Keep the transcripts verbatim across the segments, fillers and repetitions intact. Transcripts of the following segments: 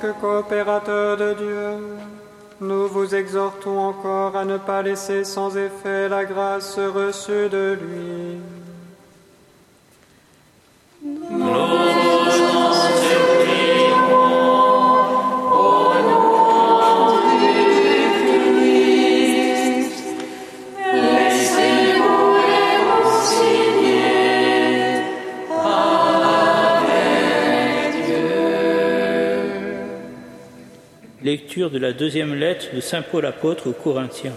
que coopérateur de Dieu, nous vous exhortons encore à ne pas laisser sans effet la grâce reçue de lui. Lecture de la deuxième lettre de saint Paul apôtre aux Corinthiens.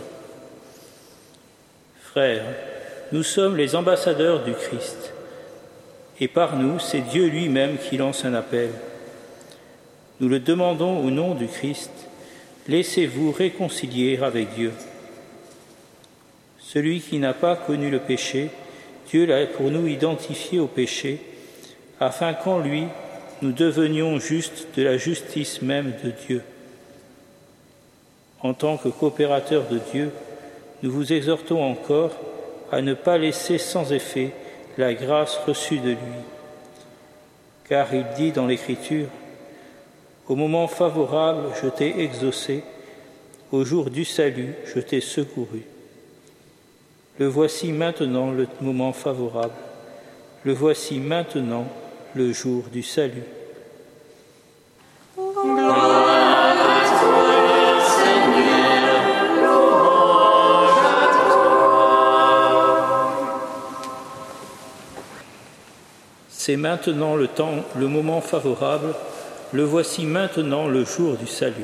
Frères, nous sommes les ambassadeurs du Christ, et par nous, c'est Dieu lui-même qui lance un appel. Nous le demandons au nom du Christ, laissez-vous réconcilier avec Dieu. Celui qui n'a pas connu le péché, Dieu l'a pour nous identifié au péché, afin qu'en lui, nous devenions justes de la justice même de Dieu. En tant que coopérateurs de Dieu, nous vous exhortons encore à ne pas laisser sans effet la grâce reçue de lui. Car il dit dans l'Écriture, « Au moment favorable, je t'ai exaucé, au jour du salut, je t'ai secouru. » Le voici maintenant le moment favorable, le voici maintenant le jour du salut. C'est maintenant le temps, le moment favorable, le voici maintenant le jour du salut.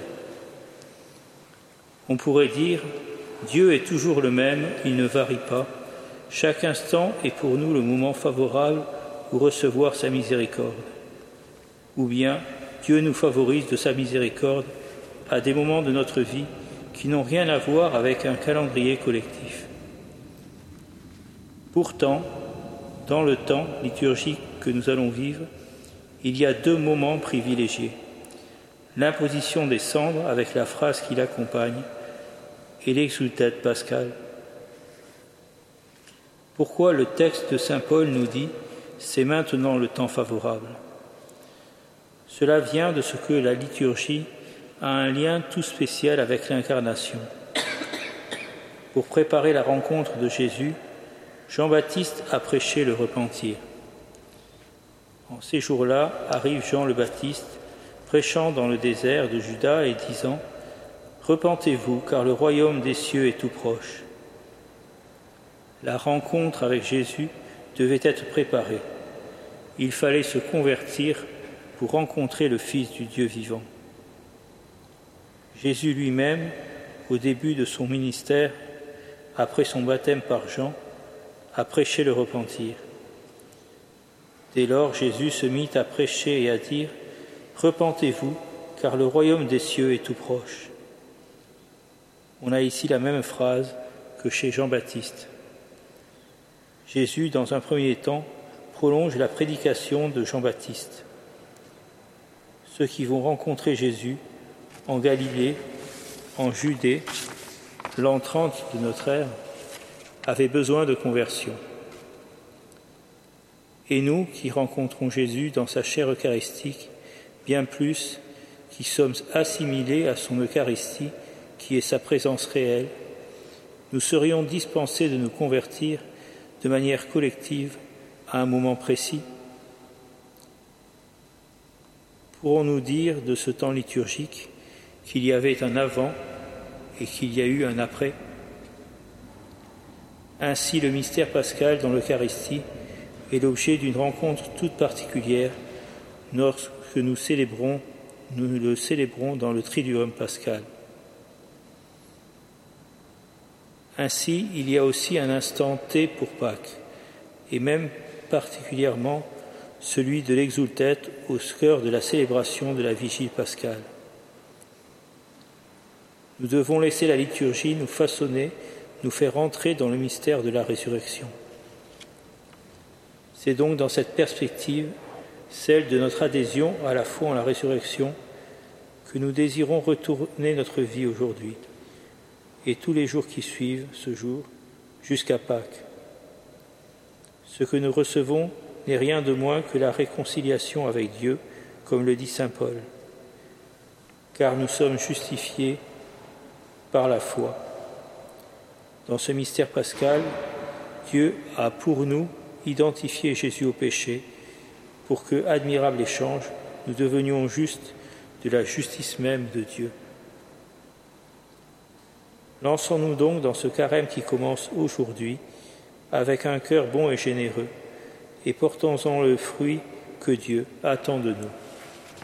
On pourrait dire, Dieu est toujours le même, il ne varie pas. Chaque instant est pour nous le moment favorable pour recevoir sa miséricorde. Ou bien, Dieu nous favorise de sa miséricorde à des moments de notre vie qui n'ont rien à voir avec un calendrier collectif. Pourtant, dans le temps liturgique que nous allons vivre, il y a deux moments privilégiés. L'imposition des cendres avec la phrase qui l'accompagne et l'exsultate pascale. Pourquoi le texte de saint Paul nous dit « c'est maintenant le temps favorable ». Cela vient de ce que la liturgie a un lien tout spécial avec l'incarnation. Pour préparer la rencontre de Jésus, Jean-Baptiste a prêché le repentir. En ces jours-là, arrive Jean le Baptiste, prêchant dans le désert de Juda et disant « Repentez-vous, car le royaume des cieux est tout proche. » La rencontre avec Jésus devait être préparée. Il fallait se convertir pour rencontrer le Fils du Dieu vivant. Jésus lui-même, au début de son ministère, après son baptême par Jean, a prêché le repentir. Dès lors, Jésus se mit à prêcher et à dire « Repentez-vous, car le royaume des cieux est tout proche. » On a ici la même phrase que chez Jean-Baptiste. Jésus, dans un premier temps, prolonge la prédication de Jean-Baptiste. Ceux qui vont rencontrer Jésus en Galilée, en Judée, l'an trente de notre ère, avaient besoin de conversion. Et nous, qui rencontrons Jésus dans sa chair eucharistique, bien plus, qui sommes assimilés à son Eucharistie, qui est sa présence réelle, nous serions dispensés de nous convertir de manière collective à un moment précis. Pourrons-nous dire de ce temps liturgique qu'il y avait un avant et qu'il y a eu un après ? Ainsi, le mystère pascal dans l'Eucharistie est l'objet d'une rencontre toute particulière lorsque nous célébrons, nous le célébrons dans le Triduum pascal. Ainsi, il y a aussi un instant T pour Pâques, et même particulièrement celui de l'exultate au cœur de la célébration de la Vigile pascale. Nous devons laisser la liturgie nous façonner, nous faire entrer dans le mystère de la résurrection. C'est donc dans cette perspective, celle de notre adhésion à la foi en la résurrection, que nous désirons retourner notre vie aujourd'hui, et tous les jours qui suivent ce jour, jusqu'à Pâques. Ce que nous recevons n'est rien de moins que la réconciliation avec Dieu, comme le dit saint Paul. car nous sommes justifiés par la foi. Dans ce mystère pascal, Dieu a pour nous identifié Jésus au péché pour que, admirable échange, nous devenions justes de la justice même de Dieu. Lançons-nous donc dans ce carême qui commence aujourd'hui avec un cœur bon et généreux et portons-en le fruit que Dieu attend de nous.